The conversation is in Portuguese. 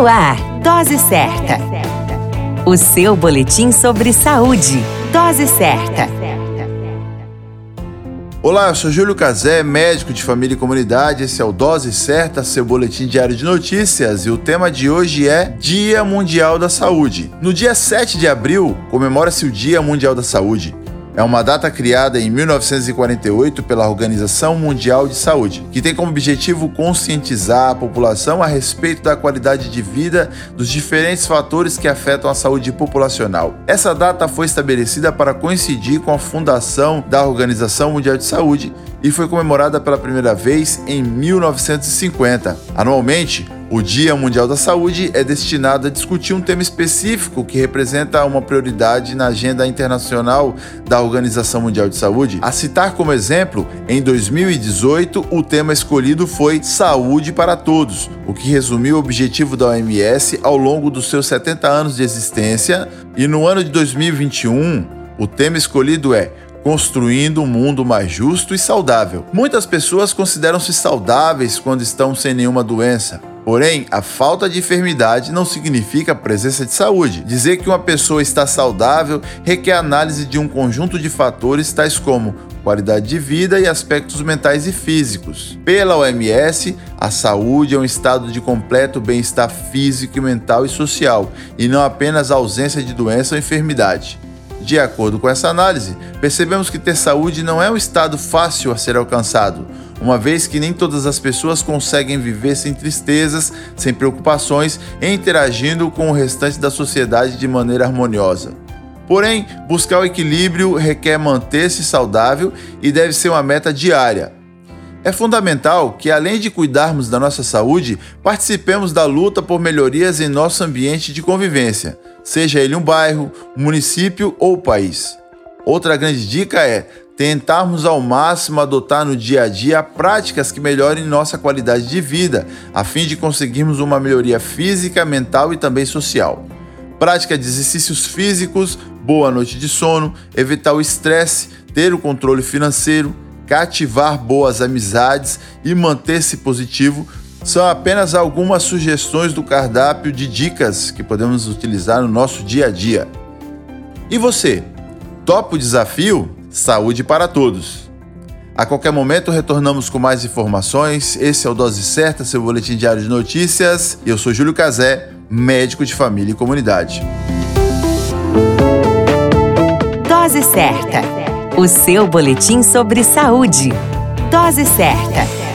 No ar, Dose Certa. O seu boletim sobre saúde. Dose Certa. Olá, eu sou Júlio Cazé, médico de família e comunidade. Esse é o Dose Certa, seu boletim diário de notícias. E o tema de hoje é Dia Mundial da Saúde. No dia 7 de abril, comemora-se o Dia Mundial da Saúde. É uma data criada em 1948 pela Organização Mundial de Saúde, que tem como objetivo conscientizar a população a respeito da qualidade de vida dos diferentes fatores que afetam a saúde populacional. Essa data foi estabelecida para coincidir com a fundação da Organização Mundial de Saúde e foi comemorada pela primeira vez em 1950. Anualmente, o Dia Mundial da Saúde é destinado a discutir um tema específico que representa uma prioridade na agenda internacional da Organização Mundial de Saúde. A citar como exemplo, em 2018, o tema escolhido foi Saúde para Todos, o que resumiu o objetivo da OMS ao longo dos seus 70 anos de existência, e no ano de 2021, o tema escolhido é Construindo um mundo mais justo e saudável. Muitas pessoas consideram-se saudáveis quando estão sem nenhuma doença. Porém, a falta de enfermidade não significa a presença de saúde. Dizer que uma pessoa está saudável requer análise de um conjunto de fatores tais como qualidade de vida e aspectos mentais e físicos. Pela OMS, a saúde é um estado de completo bem-estar físico, mental e social, e não apenas a ausência de doença ou enfermidade. De acordo com essa análise, percebemos que ter saúde não é um estado fácil a ser alcançado, uma vez que nem todas as pessoas conseguem viver sem tristezas, sem preocupações e interagindo com o restante da sociedade de maneira harmoniosa. Porém, buscar o equilíbrio requer manter-se saudável e deve ser uma meta diária. É fundamental que, além de cuidarmos da nossa saúde, participemos da luta por melhorias em nosso ambiente de convivência, seja ele um bairro, um município ou o país. Outra grande dica é tentarmos ao máximo adotar no dia a dia práticas que melhorem nossa qualidade de vida, a fim de conseguirmos uma melhoria física, mental e também social. Prática de exercícios físicos, boa noite de sono, evitar o estresse, ter o controle financeiro, cativar boas amizades e manter-se positivo são apenas algumas sugestões do cardápio de dicas que podemos utilizar no nosso dia a dia. E você? Topa o desafio? Saúde para todos! A qualquer momento retornamos com mais informações. Esse é o Dose Certa, seu boletim diário de notícias. Eu sou Júlio Cazé, médico de família e comunidade. Dose Certa, o seu boletim sobre saúde. Dose Certa.